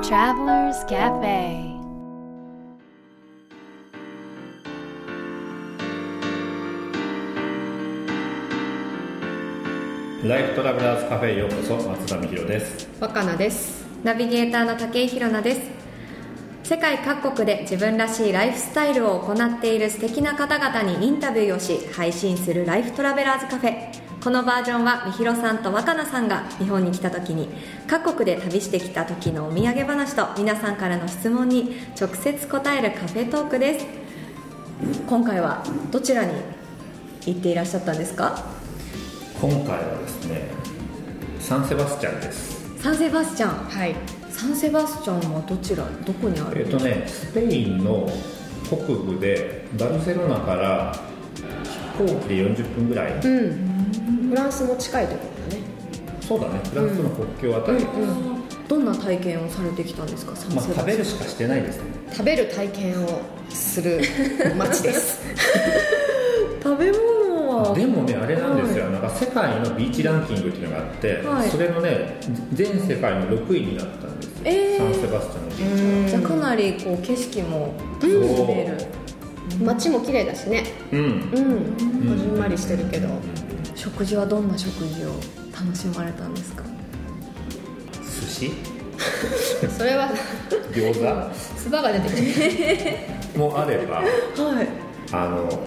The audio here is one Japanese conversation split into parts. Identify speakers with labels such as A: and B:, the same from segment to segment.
A: Travelers Cafe。
B: ライフトラベラーズカフェへようこそ。松田美弘です。
C: 若菜です。
D: ナビゲーターの武井宏奈です。世界各国で自分らしいライフスタイルを行っている素敵な方々にインタビューをし配信するライフトラベラーズカフェ。このバージョンは美弘さんと若菜さんが日本に来た時に各国で旅してきた時のお土産話と皆さんからの質問に直接答えるカフェトークです。今回はどちらに行っていらっしゃったんですか？
B: 今回はですね、サンセバスチャンです。
D: サンセバスチャン。
C: はい。
D: サンセバスチャンはどこにあるんですか？
B: スペインの北部でバルセロナから飛行機で40分ぐらい、
C: フランスも近いところだね。
B: そうだね、フランスの国境あたり、
D: どんな体験をされてきたんですか？サンセバスチャン。
B: 食べるしかしてないですね。
C: 食べる体験をする街です
D: 食べ物は
B: でもね、あれなんですよ、なんか世界のビーチランキングっていうのがあって、それのね、全世界の6位になったんですよ、サンセバスチャンのビーチは。
D: じゃあかなりこう景色も楽しめる、
C: 街も綺麗だしね。こじんまりしてるけど、
D: 食事はどんな食事を楽しまれたんですか？
B: 寿司
C: それは
B: 餃子
C: つばが出てくる
B: もあれば、なんだろうね、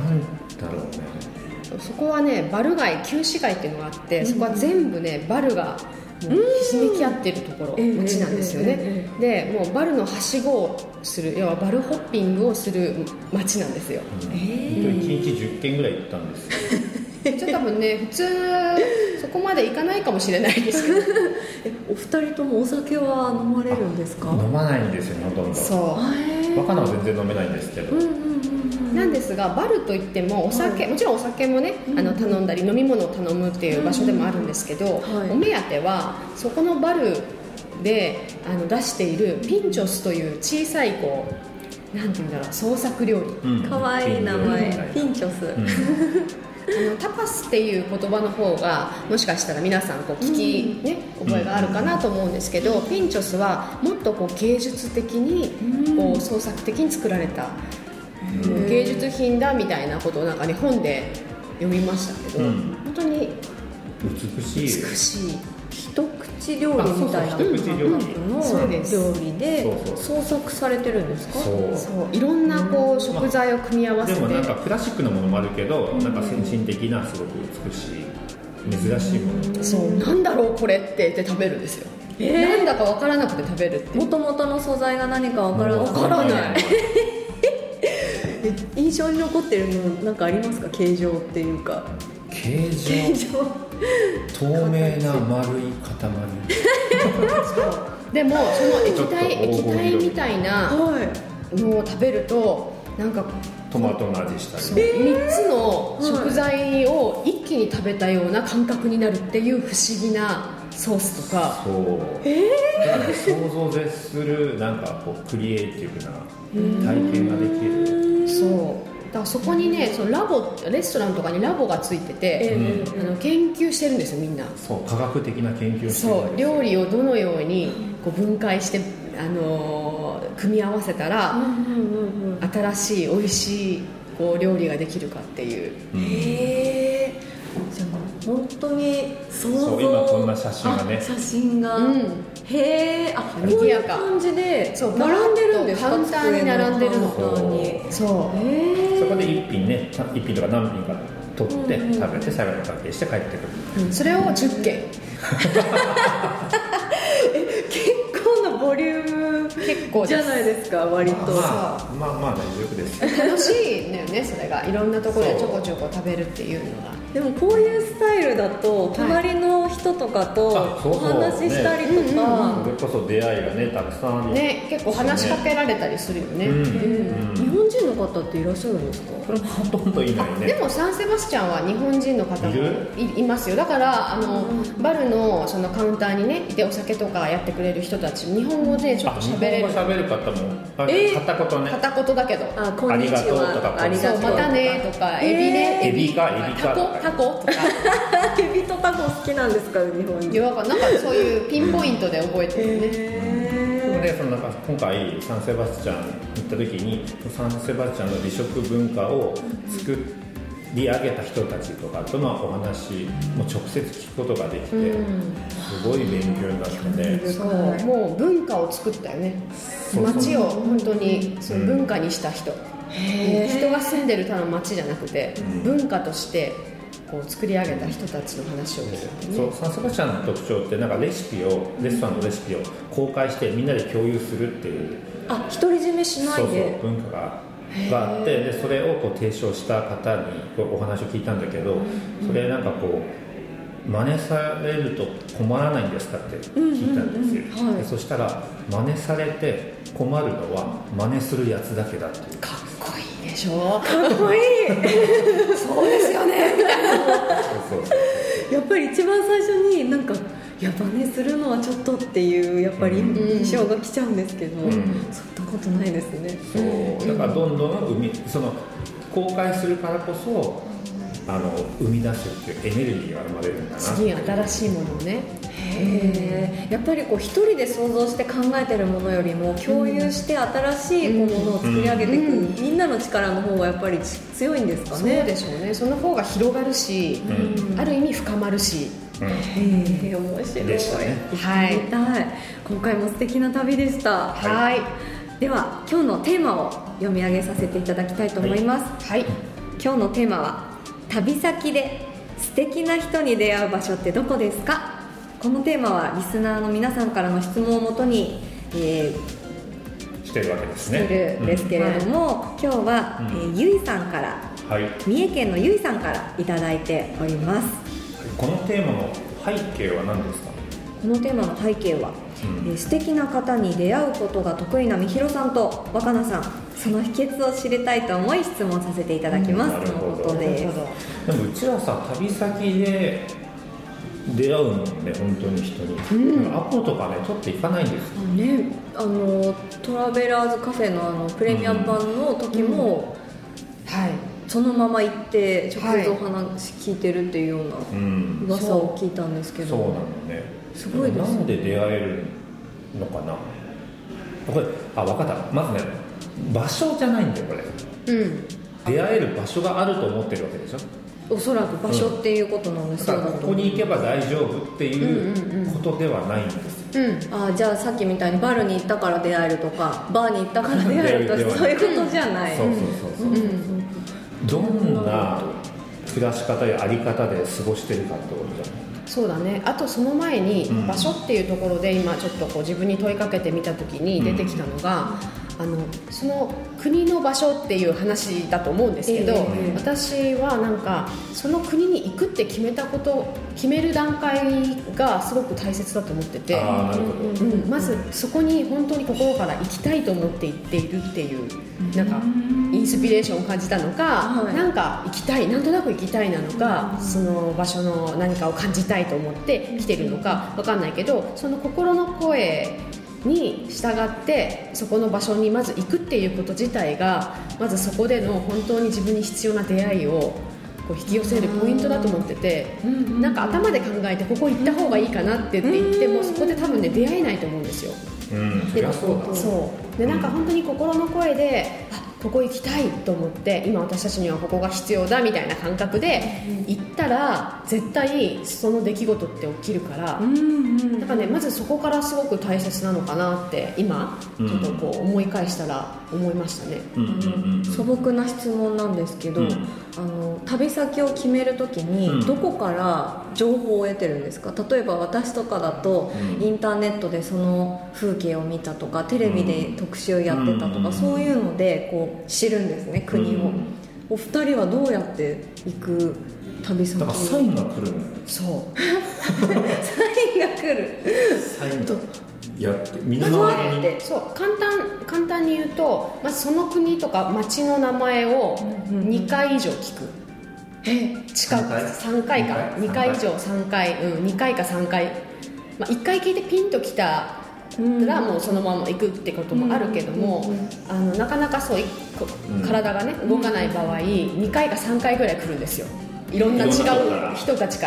C: そこはね、バル街、旧市街っていうのがあって、そこは全部ね、バルがもうひしめき合ってるところ、街なんですよね。で、もうバルのはしごをする、要はバルホッピングをする街なんですよ。
B: 1日10軒ぐらい行ったんですよ
C: ちょっと多分ね、普通そこまで行かないかもしれないですけど
D: お二人ともお酒は飲まれるんですか？
B: 飲まないんですよね、ほとんど。
C: そう
B: 若菜は全然飲めないんですけど、
C: なんですが、バルといってもお酒、もちろんお酒もね、頼んだり飲み物を頼むっていう場所でもあるんですけど、お目当てはそこのバルで出しているピンチョスという小さいなんていうんだろう、創作料理。
D: かわいい名前、ピンチョス。
C: タパスっていう言葉の方がもしかしたら皆さん覚えがあるかなと思うんですけど、ピンチョスはもっと芸術的に創作的に作られた芸術品だみたいなことをなんかね、本で読みましたけど、本当に
B: 美しい
D: 一口料理みたいな感覚の料理で創作されてるんですか？
C: そういろんな食材を組み合わせて、
B: でもなんかクラシックなものもあるけど、なんか先進的なすごく美しい珍しいもの、
C: そうなんだろうこれって言って食べるんですよ。なんだか分からなくて食べるって。
D: もともとの素材が何か分からない印象に残ってるのなんかありますか？形状っていうか。
B: 形状透明な丸い塊
C: でもその液体みたいなのを食べるとなんか
B: トマトの味したり、
C: 3つの食材を一気に食べたような感覚になるっていう不思議なソースとか。
B: だから想像を絶するなんかクリエイティブな体験ができる。
C: そうだからそこにね、そのレストランとかにラボがついてて、研究してるんですよ、みんな。
B: そう科学的な研究をしてる。
C: そう料理をどのように分解して、組み合わせたら、新しい美味しい料理ができるかっていう。
D: じゃあ本当に想像。
B: そう今こんな写真がね。
D: 写真が。へえ。こういう感じで
C: 並んでるんですか？カウンターに並んでるの。
B: そこで1品とか何品か取って食べて、最後にお会計して帰ってくる。
C: それを10件
D: 結構なボリューム
C: 結構
D: じゃないですか、割と。
B: まあ大丈夫です。
C: 楽しいんだよね、それが。いろんなところでちょこちょこ食べるっていうのが。
D: でもこういうスタイルだと隣の人とかとお話ししたりとか、
B: それこそ出会いがねたくさんある
C: ね、結構話しかけられたりするよね。
D: 日本人の方っていらっしゃるんですか？
B: それもほとんどいないね。
C: でもサンセバスチャンは日本人の方も いますよ。だからバルのそのカウンターにねいてお酒とかやってくれる人たち、日本語でちょっと喋れる。
B: 日本語喋る方も片言ね。
C: 片言だけど、
D: こんにちは、
C: ありがとう、またねとか、エビね、
B: エビか
C: タコとか
D: エビとタコ好きなんですか、日本人。
C: なんかそういうピンポイントで覚えてるね。
B: もね、なんか今回サンセバスチャン行った時にサンセバスチャンの美食文化を作り上げた人たちとかとのお話も直接聞くことができて、すごい勉強になったね。
C: そうもう文化を作ったよね。街を本当にその文化にした人、人が住んでるただの街じゃなくて、文化としてこう作り上げた人たちの話を聞いて、ね、
B: そうサンセバスチャンの特徴ってなんかレストランのレシピを公開してみんなで共有するっていう、
D: 独り占めしないで、
B: そう文化があって、でそれをこう提唱した方にお話を聞いたんだけど、それなんかこう真似されると困らないんですかって聞いたんですよ、でそしたら真似されて困るのは真似するやつだけだっていう。
C: かっこいいでしょ。
D: かっこいい
C: そうですよねみたいな。
D: やっぱり一番最初になんか真似するのはちょっとっていうやっぱり印象が来ちゃうんですけど、そんなことないですね。
B: そうだからどんどんその公開するからこそ生み出すっていうエネルギーが生まれるんだな。
C: 次新しいものをね。
D: やっぱりこう一人で想像して考えてるものよりも共有して新しいものを作り上げていく、みんなの力の方がやっぱり強いんですかね。
C: そうでしょうね。その方が広がるし、ある意味深まるし、
D: 面白い
B: でしたね。
D: はい、今回も素敵な旅でした。
C: はい、
D: では今日のテーマを読み上げさせていただきたいと思います。
C: はい、
D: 今日のテーマは旅先で素敵な人に出会う場所ってどこですか。このテーマはリスナーの皆さんからの質問をもとに、
B: してるわけですね。
D: してるんですけれども、今日は、ゆいさんから、三重県のゆいさんからいただいております。
B: このテーマの背景は何ですか。
D: このテーマの背景は、素敵な方に出会うことが得意なみひろさんと若菜さん、その秘訣を知りたいと思い質問させていただきます、とのことです。
B: でもうちはさ、旅先で出会うもんね、本当に人に、アポとかね取っていかないんですよ
D: ね。トラベラーズカフェのプレミアム版の時も、そのまま行って直接お話聞いてるっていうような噂を聞いたんですけど、
B: そうなのね。
D: すごいですね。
B: なんで出会えるのかな。これ分かった。まずね、場所じゃないんだよこれ、出会える場所があると思ってるわけでしょ。
D: おそらく場所っていうことなんですよ、
B: だからここに行けば大丈夫っていうことではないんですよ、
D: じゃあさっきみたいにバルに行ったから出会えるとかバーに行ったから出会えるとかそういうことじゃない。
B: そうどんな暮らし方やあり方で過ごしてるかってことじゃない。
C: そうだね。あとその前に場所っていうところで今ちょっとこう自分に問いかけてみた時に出てきたのが、その国の場所っていう話だと思うんですけど、私はなんかその国に行くって決める段階がすごく大切だと思ってて、まずそこに本当に心から行きたいと思って行っているっていうなんかインスピレーションを感じたのか、なんか行きたい、なんとなく行きたいなのか、その場所の何かを感じたいと思って来てるのか分かんないけど、その心の声に従ってそこの場所にまず行くっていうこと自体が、まずそこでの本当に自分に必要な出会いをこう引き寄せるポイントだと思ってて、なんか頭で考えてここ行った方がいいかなって言ってもそこで多分ね出会えないと思うんですよ。でなんか本当に心の声でここ行きたいと思って、今私たちにはここが必要だみたいな感覚で行ったら絶対その出来事って起きるから、だからね、まずそこからすごく大切なのかなって今ちょっとこう思い返したら思いましたね。
D: 素朴な質問なんですけど、旅先を決めるときにどこから情報を得てるんですか。例えば私とかだとインターネットでその風景を見たとかテレビで特集やってたとか、そういうのでこう知るんですね、国を。お二人はどうやって行く旅先。
B: だからサインが来るんだよ。
C: そう
D: サインが来る。
B: サインがやってみんなの周りに。
C: そう簡単に言うと、まずその国とか町の名前を2回以上聞く。近く3回か2回以上3回、2回か3回、1回聞いてピンときたらもうそのまま行くってこともあるけども、なかなかそう体がね動かない場合2回か3回ぐらい来るんですよ。いろんな違う人たちから。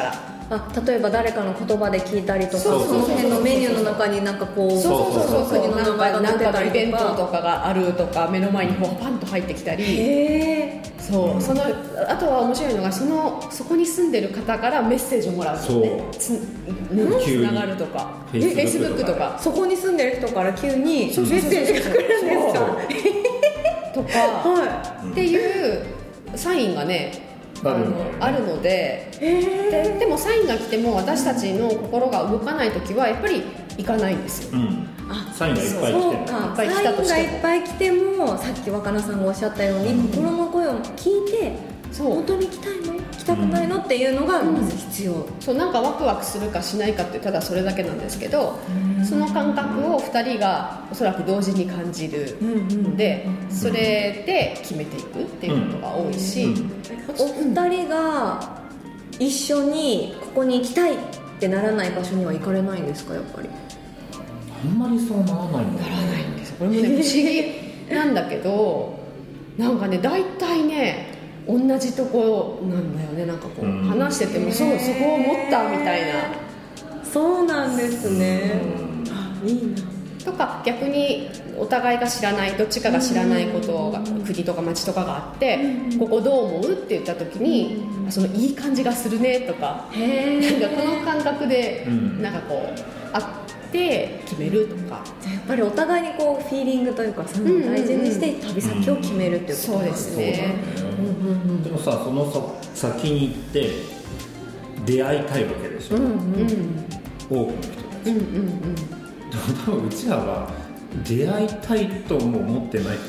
D: 例えば誰かの言葉で聞いたりとか、
C: そう
D: その辺のメニューの中になんかこう国の名前が載ってたりとか、
C: イベントとかがあるとか、目の前にこうパンと入ってきたり、そう、あとは面白いのがそこに住んでる方からメッセージをもらうのね、つながるとか、Facebook とか、
D: そこに住んでる人から急にメッセージが来るんですか
C: とか、っていうサインがねあるので、でもサインが来ても私たちの心が動かないときはやっぱり行かないんですよ、
B: サインがいっぱい来ても、
D: サインがいっぱい来ても、さっき若菜さんがおっしゃったように、心の声を聞いて、本当に来たいの来たくないのっていうのがまず必要、
C: そう、なんかワクワクするかしないかってただそれだけなんですけど、その感覚を2人がおそらく同時に感じるので、それで決めていくっていうことが多いし、
D: お二人が一緒にここに行きたいってならない場所には行かれないんですか？やっぱり
B: あんまりそうならないんだ。
C: ならないんです。これもね不思議なんだけど、なんかね大体ね同じところなんだよね。なんかこう話しててもそこを持ったみたいな。
D: そうなんですね。いいな。
C: とか逆にお互いが知らない、どっちかが知らないことが、国とか町とかがあって、ここどう思うって言った時に、そのいい感じがするねとか、なんかこの感覚でなんかこうあって決めるとか、
D: じゃあやっぱりお互いにこうフィーリングというか、そういうのを大事にして旅先を決めるっていうことなんですね。
B: でもさ、その先に行って出会いたいわけでしょ、多くの人たち。多分うちらは出会いたいとも思ってない。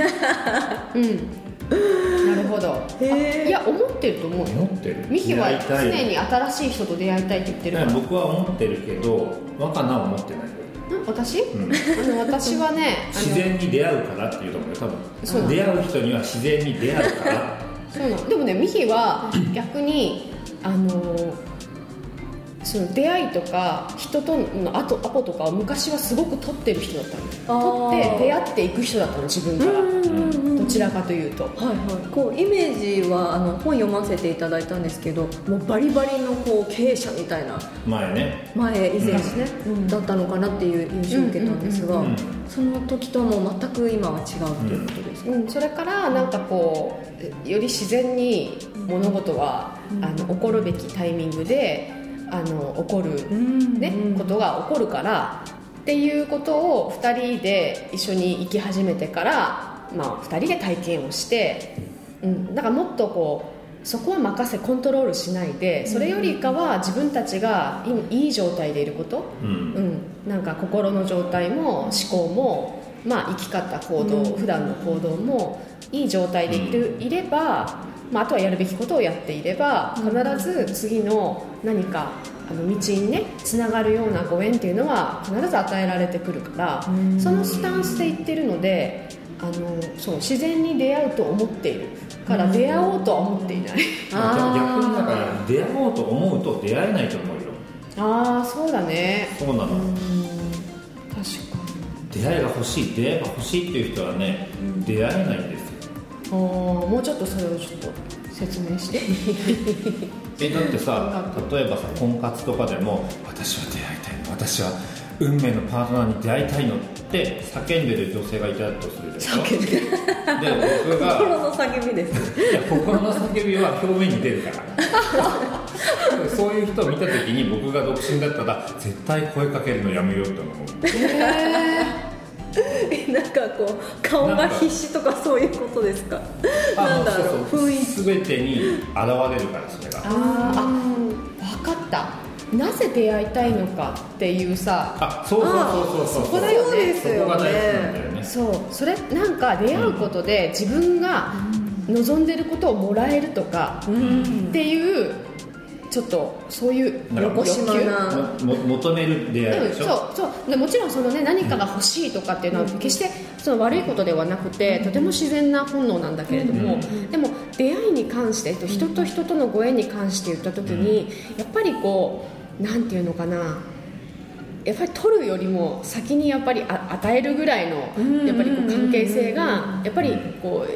C: なるほど。いや思ってると思うよ。
B: 思ってる。
C: ミキは常に新しい人と出会いたいって言ってるから。
B: 僕は思ってるけど、若菜は思ってない。
C: 私？私はね、
B: 自然に出会うからっていうところで、多分出会う人には自然に出会うから。
C: そうなの。でもね、ミキは逆にその出会いとか人とのアポとかを昔はすごく取ってる人だったの。取って出会っていく人だったの、自分から。どちらかというと、
D: こうイメージは本読ませていただいたんですけど、もうバリバリのこう経営者みたいな以前ですね、だったのかなっていう印象を受けたんですが、その時とも全く今は違うということですか？
C: それからなんかこうより自然に物事は起こるべきタイミングで起こる、ことが起こるからっていうことを2人で一緒に生き始めてから、2人で体験をして、だからもっとこうそこは任せコントロールしないで、それよりかは自分たちがいい状態でいること、なんか心の状態も思考も、生き方行動、普段の行動もいい状態でいれば、あとはやるべきことをやっていれば必ず次の何か道にねつながるようなご縁っていうのは必ず与えられてくるから、そのスタンスで言ってるので、そう自然に出会うと思っているから出会おうとは思っていない。
B: 逆にだから出会おうと思うと出会えないと思うよ。
C: そうだね。
B: そうなの。確か
C: に
B: 出会いが欲しいっていう人はね、出会えないんですよ。
C: もうちょっとそれをちょっと説明して。
B: だってさ、例えばさ、婚活とかでも私は出会いたいの、私は運命のパートナーに出会いたいのって叫んでる女性がいたとするでしょ。
C: 叫んでる。
B: で僕が
D: 心の叫びです。
B: いや、心の叫びは表面に出るからそういう人を見た時に僕が独身だったら絶対声かけるのやめようと思う。
D: なんかこう顔が必死とかそういうことですか？なんだろう、雰囲気
B: 全てに現れるからそれが。
C: 分かった。なぜ出会いたいのかっていうさ、
B: そう
C: そこだよね。
B: そこが大事なんだよね。
C: それなんか出会うことで自分が望んでることをもらえるとかっていう、ちょっとそういう
D: 横島な
B: 求める出会いでしょ。
C: そうでもちろんその、何かが欲しいとかっていうのは決してその悪いことではなくて、とても自然な本能なんだけれども、でも出会いに関して人と人とのご縁に関して言った時に、やっぱりこうなんていうのかな、やっぱり取るよりも先にやっぱり与えるぐらいのやっぱりこう関係性がやっぱりこう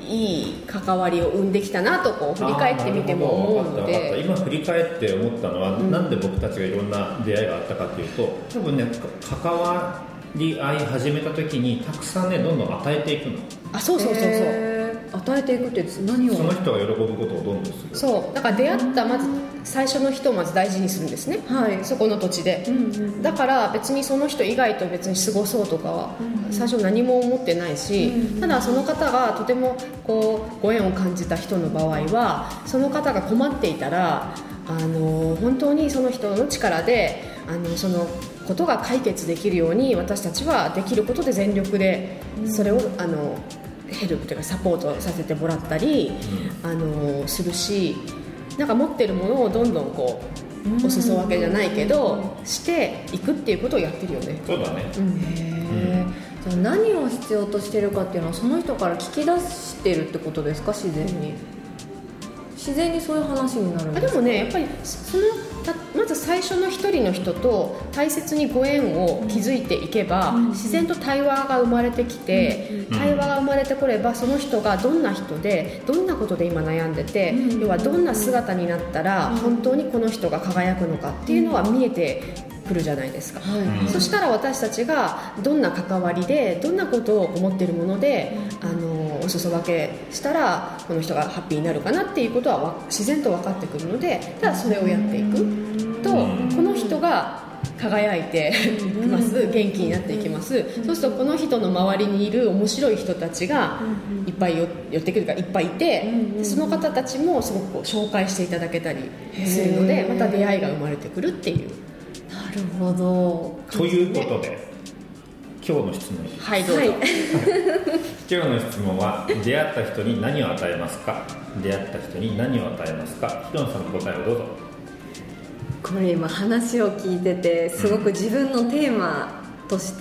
C: いい関わりを生んできたなとこう振り返ってみても思うので、
B: 今振り返って思ったのは、なんで僕たちがいろんな出会いがあったかというと、多分ね関わり合い始めた時にたくさんねどんどん与えていくの。
C: そう
D: 与えていくって何を、
B: その人が喜ぶことをどんどんする。
C: そうだから出会ったまず最初の人をまず大事にするんですね、そこの土地で、だから別にその人以外と別に過ごそうとかは最初何も思ってないし、ただその方がとてもこうご縁を感じた人の場合は、その方が困っていたら本当にその人の力でそのことが解決できるように私たちはできることで全力でそれをヘルプというかサポートさせてもらったり、するし、なんか持ってるものをどんどんこうお裾分けじゃないけどしていくっていうことをやってるよね。
B: そうだね、
D: じゃあ何を必要としてるかっていうのはその人から聞き出してるってことですか？自然にそういう話になるんですか？
C: でもね、やっぱりまず最初の一人の人と大切にご縁を築いていけば、自然と対話が生まれてきて、対話が生まれてこればその人がどんな人でどんなことで今悩んでて、要はどんな姿になったら本当にこの人が輝くのかっていうのは見えてくるじゃないですか、そしたら私たちがどんな関わりでどんなことを思っているものでお裾分けしたらこの人がハッピーになるかなっていうことは自然と分かってくるので、ただそれをやっていくとこの人が輝いていきます、元気になっていきます。そうするとこの人の周りにいる面白い人たちがいっぱい寄ってくるからいっぱいいて、その方たちもすごくこう紹介していただけたりするので、また出会いが生まれてくるっていう。
D: なるほど。
B: ということで今日の質問、
C: はいどうぞ、
B: 今日の質問は出会った人に何を与えますか？出会った人に何を与えますか？ひろのさんの答えをどうぞ。
D: これ今話を聞いててすごく自分のテーマとして、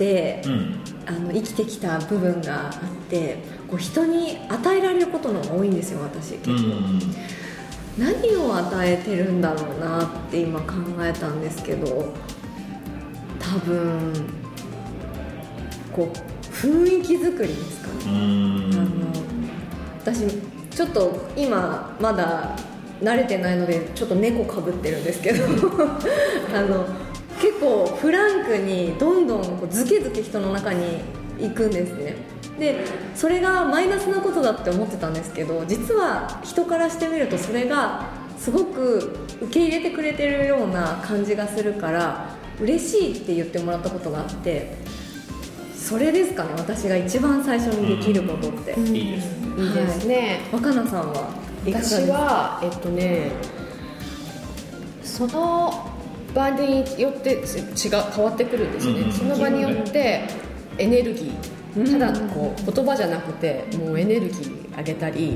D: 生きてきた部分があって、こう人に与えられることの方が多いんですよ私結構、何を与えてるんだろうなって今考えたんですけど、多分こう雰囲気作りですかね。私ちょっと今まだ慣れてないのでちょっと猫かぶってるんですけど結構フランクにどんどんこうズケズケ人の中に行くんですね。でそれがマイナスなことだって思ってたんですけど、実は人からしてみるとそれがすごく受け入れてくれてるような感じがするから嬉しいって言ってもらったことがあって、それですかね、私が一番最初にできることって。
B: いいですね。
C: いいですね。
D: 若菜さんはいかがですか？
C: 私はその場によって変わってくるんですね、その場によってエネルギー、ただこう言葉じゃなくてもうエネルギーあげたり、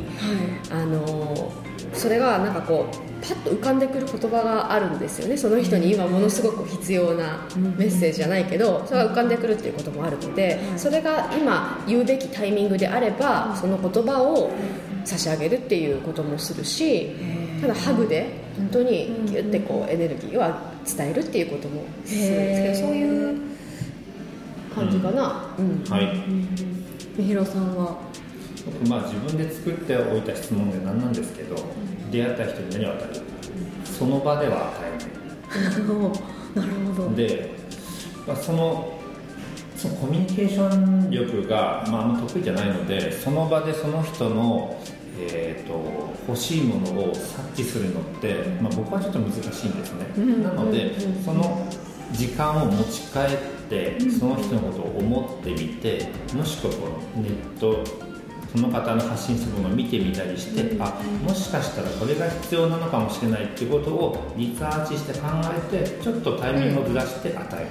C: それがなんかこうパッと浮かんでくる言葉があるんですよね。その人に今ものすごく必要なメッセージじゃないけど、それが浮かんでくるっていうこともあるので、それが今言うべきタイミングであればその言葉を差し上げるっていうこともするし、ただハグで本当にギュッてこうエネルギーを伝えるっていうこともするんですけど、そういう感じかな。
B: はい。
D: みひろさんは？
B: 自分で作っておいた質問で何なんですけど、出会った人に何を与えるか、その場では与えない。
D: なるほど。
B: で、そのコミュニケーション力が、あんま得意じゃないので、その場でその人の、欲しいものを察知するのって、僕はちょっと難しいんですね、なのでその時間を持ち帰ってその人のことを思ってみて、もしくはこのネットその方の発信するものを見てみたりして、もしかしたらこれが必要なのかもしれないっていうことをリサーチして考えて、ちょっとタイミングをずらして与え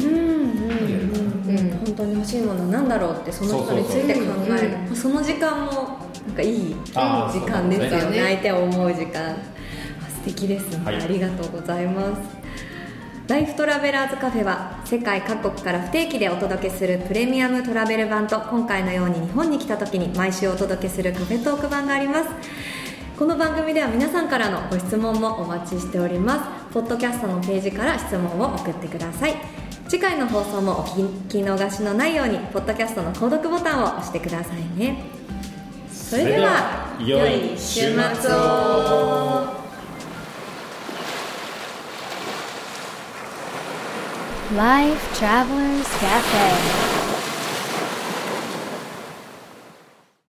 B: る。
D: 本当に欲しいものなんだろうってその人について考える、その時間もなんかいい時間ですよね。相手を思う時間、素敵ですね、ありがとうございます。ライフトラベラーズカフェは世界各国から不定期でお届けするプレミアムトラベル版と、今回のように日本に来た時に毎週お届けするカフェトーク版があります。この番組では皆さんからのご質問もお待ちしております。ポッドキャストのページから質問を送ってください。次回の放送もお聞き逃しのないようにポッドキャストの購読ボタンを押してくださいね。 それでは良い週末を。
A: Life Travelers Cafe